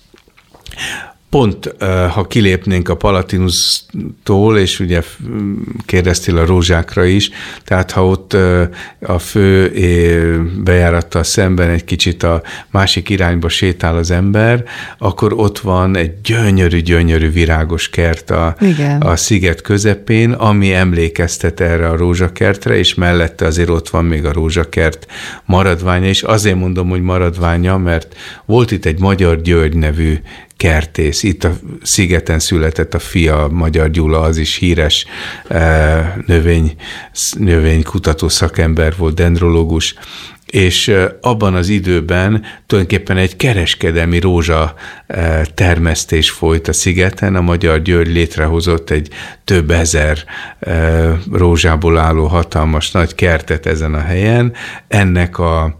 pont, ha kilépnénk a Palatinustól, és ugye kérdeztél a rózsákra is, tehát ha ott a fő bejárattal szemben egy kicsit a másik irányba sétál az ember, akkor ott van egy gyönyörű-gyönyörű virágos kert a, a sziget közepén, ami emlékeztet erre a rózsakertre, és mellette azért ott van még a rózsakert maradványa, és azért mondom, hogy maradványa, mert volt itt egy Magyar György nevű kertész. Itt a szigeten született a fia, Magyar Gyula, az is híres növény, növénykutató szakember volt, dendrológus, és abban az időben tulajdonképpen egy kereskedelmi rózsa termesztés folyt a szigeten. A Magyar György létrehozott egy több ezer rózsából álló hatalmas nagy kertet ezen a helyen. Ennek a,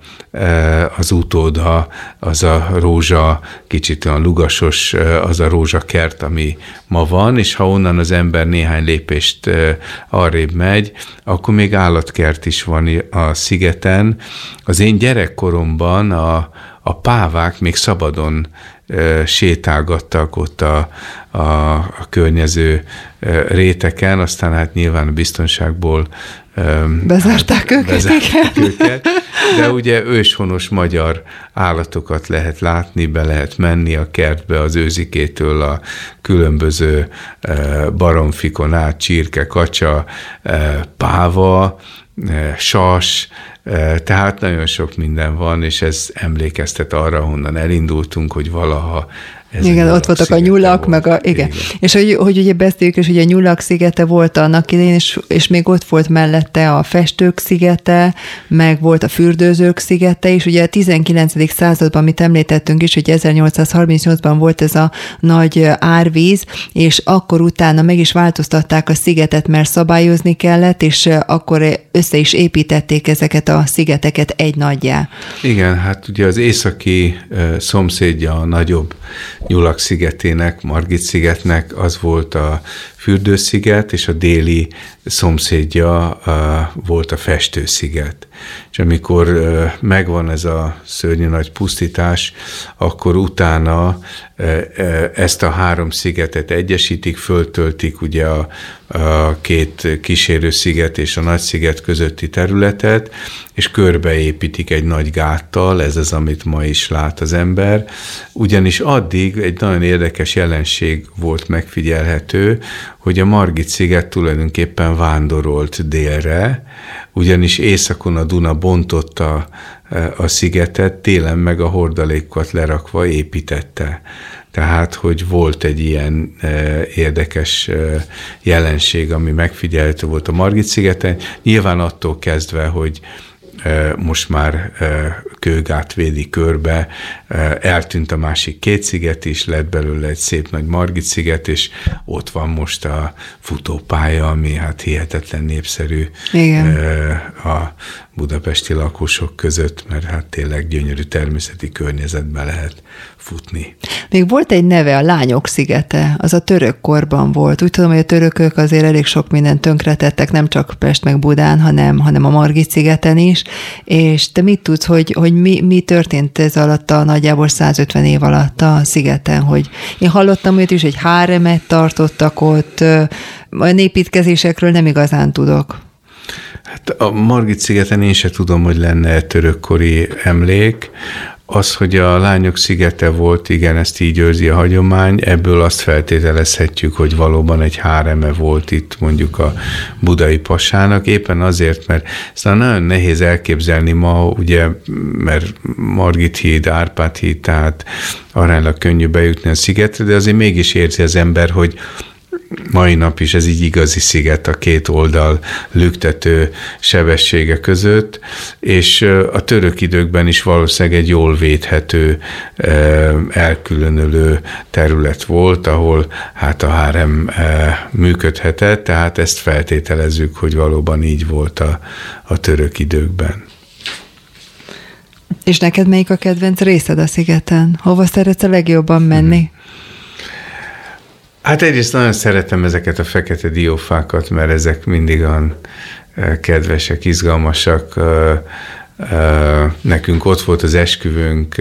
az utóda, az a rózsa, kicsit olyan lugasos, az a rózsakert, ami ma van, és ha onnan az ember néhány lépést arrébb megy, akkor még állatkert is van a szigeten. Az én gyerekkoromban a, a pávák még szabadon e, sétálgattak ott a, a, a környező e, réteken, aztán hát nyilván a biztonságból e, bezárták hát, őket, bezárták őket. De ugye őshonos magyar állatokat lehet látni, be lehet menni a kertbe az őzikétől a különböző e, baromfikon át, csirke, kacsa, e, páva, e, sas, tehát nagyon sok minden van, és ez emlékeztet arra, honnan elindultunk, hogy valaha ez igen, ott voltak a nyulak, volt. meg a, igen. igen. És hogy, hogy ugye beszéljük, és ugye a Nyulak szigete volt annak idején, és, és még ott volt mellette a Festők szigete, meg volt a Fürdőzők szigete, és ugye a tizenkilencedik században, amit említettünk is, hogy ezernyolcszázharmincnyolcban volt ez a nagy árvíz, és akkor utána meg is változtatták a szigetet, mert szabályozni kellett, és akkor össze is építették ezeket a szigeteket egy nagyjá. Igen, hát ugye az északi szomszédja a nagyobb Nyulak szigetének, Margit-szigetnek az volt a Fürdősziget, és a déli szomszédja volt a Festősziget. És amikor megvan ez a szörnyű nagy pusztítás, akkor utána ezt a három szigetet egyesítik, föltöltik ugye a, a két kísérő sziget és a nagy sziget közötti területet, és körbeépítik egy nagy gáttal, ez az, amit ma is lát az ember. Ugyanis addig egy nagyon érdekes jelenség volt megfigyelhető, hogy a Margit-sziget tulajdonképpen vándorolt délre, ugyanis északon a Duna bontotta a szigetet, télen meg a hordalékokat lerakva építette. Tehát, hogy volt egy ilyen érdekes jelenség, ami megfigyelhető volt a Margit-szigeten, nyilván attól kezdve, hogy most már kőgát védi körbe, eltűnt a másik két sziget is, lett belőle egy szép nagy Margit-sziget, és ott van most a futópálya, ami hát hihetetlen népszerű. Igen. A budapesti lakosok között, mert hát tényleg gyönyörű természeti környezetben lehet futni. Még volt egy neve, a Lányok szigete, az a török korban volt. Úgy tudom, hogy a törökök azért elég sok mindent tönkretettek, nem csak Pest meg Budán, hanem, hanem a Margit-szigeten is. És te mit tudsz, hogy, hogy mi, mi történt ez alatt a nagyjából százötven év alatt a szigeten? Hogy én hallottam olyat is, hogy háremet tartottak ott, a népítkezésekről nem igazán tudok. Hát a Margit-szigeten én se tudom, hogy lenne törökkori emlék. Az, hogy a Lányok szigete volt, igen, ezt így őrzi a hagyomány, ebből azt feltételezhetjük, hogy valóban egy háreme volt itt mondjuk a budai pasának, éppen azért, mert ezt nagyon nehéz elképzelni ma, ugye, mert Margit híd, Árpád híd, tehát aránylag könnyű bejutni a szigetre, de azért mégis érzi az ember, hogy mai nap is ez így igazi sziget a két oldal lüktető sebessége között, és a török időkben is valószínűleg egy jól védhető, elkülönülő terület volt, ahol hát a hárem működhetett, tehát ezt feltételezzük, hogy valóban így volt a, a török időkben. És neked melyik a kedvenc részed a szigeten? Hova szeretsz a legjobban menni? Hmm. Hát egyrészt nagyon szeretem ezeket a fekete diófákat, mert ezek mindig olyan kedvesek, izgalmasak. Nekünk ott volt az esküvőnk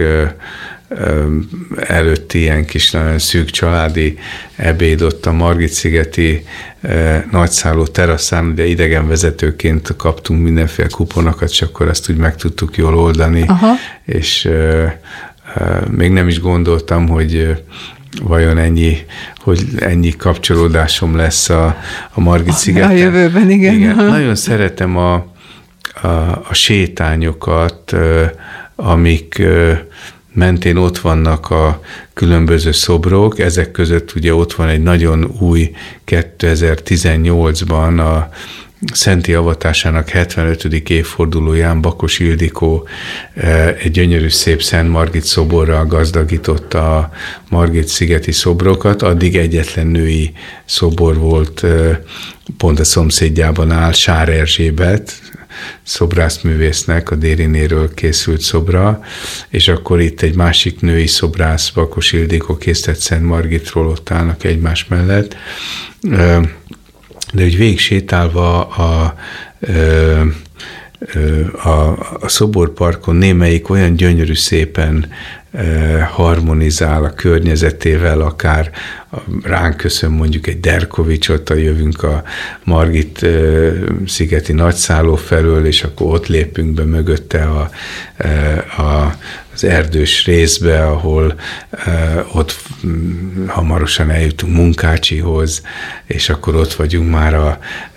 előtti ilyen kis nagyon szűk családi ebéd ott a Margit-szigeti nagyszálló teraszán, ugye idegenvezetőként kaptunk mindenféle kuponokat, és akkor ezt úgy meg tudtuk jól oldani. Aha. És még nem is gondoltam, hogy vajon ennyi, hogy ennyi kapcsolódásom lesz a, a Margit-szigeten. A jövőben, igen. igen. Nagyon szeretem a, a, a sétányokat, amik mentén ott vannak a különböző szobrok, ezek között ugye ott van egy nagyon új kétezer-tizennyolcban a Szenti avatásának hetvenötödik évfordulóján Bakos Ildikó egy gyönyörű szép Szent Margit szoborral gazdagította a Margit-szigeti szobrokat. Addig egyetlen női szobor volt, pont a szomszédjában áll, Sár Erzsébet, szobrászművésznek a Dérinéről készült szobra, és akkor itt egy másik női szobrász, Bakos Ildikó készített Szent Margitról, ott állnak egymás mellett. De úgy végig sétálva a, a, a szoborparkon némelyik olyan gyönyörű szépen harmonizál a környezetével, akár ránk köszön mondjuk egy Derkovicsot, a jövünk a Margit szigeti nagyszálló felől, és akkor ott lépünk be mögötte a, a az erdős részbe, ahol uh, ott hamarosan eljutunk Munkácsihoz, és akkor ott vagyunk már a,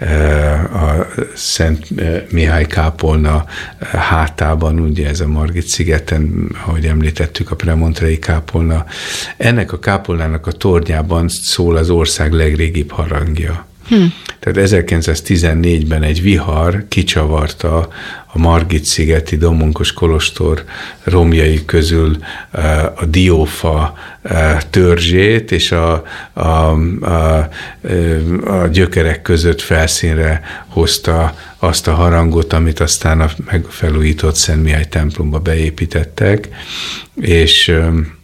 a Szent Mihály kápolna hátában, ugye ez a Margit-szigeten, ahogy említettük, a Premontrei kápolna. Ennek a kápolnának a tornyában szól az ország legrégibb harangja. Hm. Tehát ezerkilencszáztizennégyben egy vihar kicsavarta a Margit-szigeti Domonkos kolostor romjai közül a diófa törzsét, és a, a, a, a gyökerek között felszínre hozta azt a harangot, amit aztán a megfelújított Szent Mihály templomba beépítettek, és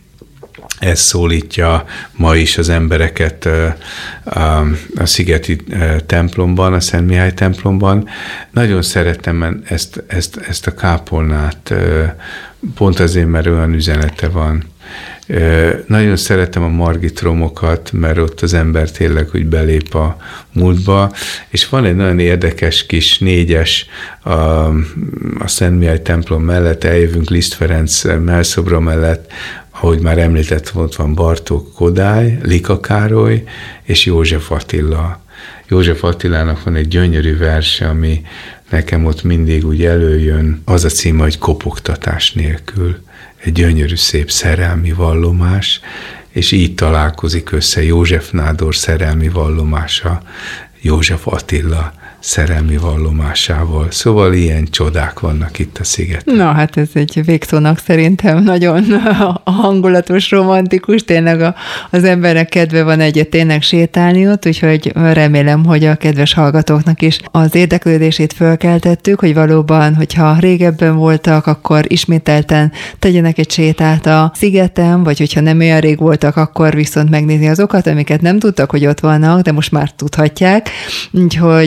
ez szólítja ma is az embereket a, a szigeti templomban, a Szent Mihály templomban. Nagyon szeretem ezt, ezt, ezt a kápolnát, pont azért, mert olyan üzenete van. Nagyon szeretem a Margit romokat, mert ott az ember tényleg úgy belép a múltba, és van egy nagyon érdekes kis négyes a, a Szent Mihály templom mellett, eljövünk Liszt Ferenc mellszobra mellett, ahogy már említett, ott van Bartók Kodály, Lika Károly és József Attila. József Attilának van egy gyönyörű verse, ami nekem ott mindig úgy előjön. Az a címe, hogy Kopogtatás nélkül. Egy gyönyörű szép szerelmi vallomás, és így találkozik össze József Nádor szerelmi vallomása József Attila szerelmi vallomásával. Szóval ilyen csodák vannak itt a szigeten. Na, hát ez egy végszónak szerintem nagyon hangulatos, romantikus, tényleg a, az embernek kedve van egyet tényleg sétálni ott, úgyhogy remélem, hogy a kedves hallgatóknak is az érdeklődését fölkeltettük, hogy valóban, hogyha régebben voltak, akkor ismételten tegyenek egy sétát a szigeten, vagy hogyha nem olyan rég voltak, akkor viszont megnézni azokat, amiket nem tudtak, hogy ott vannak, de most már tudhatják. Úgyhogy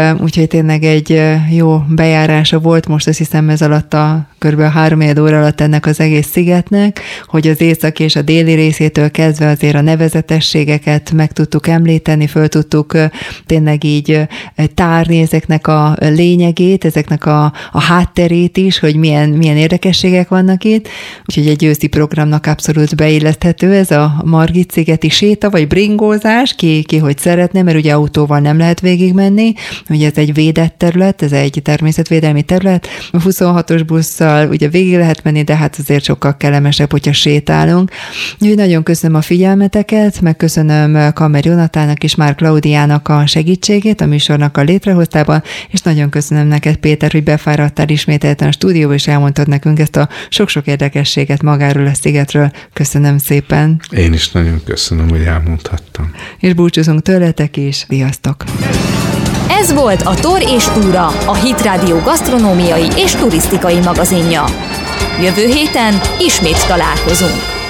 úgyhogy tényleg egy jó bejárása volt most, azt hiszem ez alatt a kb. három óra alatt ennek az egész szigetnek, hogy az északi és a déli részétől kezdve azért a nevezetességeket meg tudtuk említeni, föl tudtuk tényleg így tárni ezeknek a lényegét, ezeknek a, a hátterét is, hogy milyen, milyen érdekességek vannak itt. Úgyhogy egy őszi programnak abszolút beilleszthető ez a Margit-szigeti séta, vagy bringózás, ki, ki hogy szeretne, mert ugye autóval nem lehet végigmenni, ugye ez egy védett terület, ez egy természetvédelmi terület, a huszonhatos busszal ugye végig lehet menni, de hát azért sokkal kellemesebb, hogyha sétálunk. Úgyhogy nagyon köszönöm a figyelmeteket, meg köszönöm Kammer Jonatának és Már Klaudiának a segítségét a műsornak a létrehoztában, és nagyon köszönöm neked, Péter, hogy befáradtál ismételten a stúdióba, és elmondtad nekünk ezt a sok-sok érdekességet magáról a szigetről. Köszönöm szépen. Én is nagyon köszönöm, hogy elmondhattam. És búcsúzunk tőletek is. Sziasztok! Ez volt a Tor és Túra, a Hit Rádió gasztronómiai és turisztikai magazinja. Jövő héten ismét találkozunk.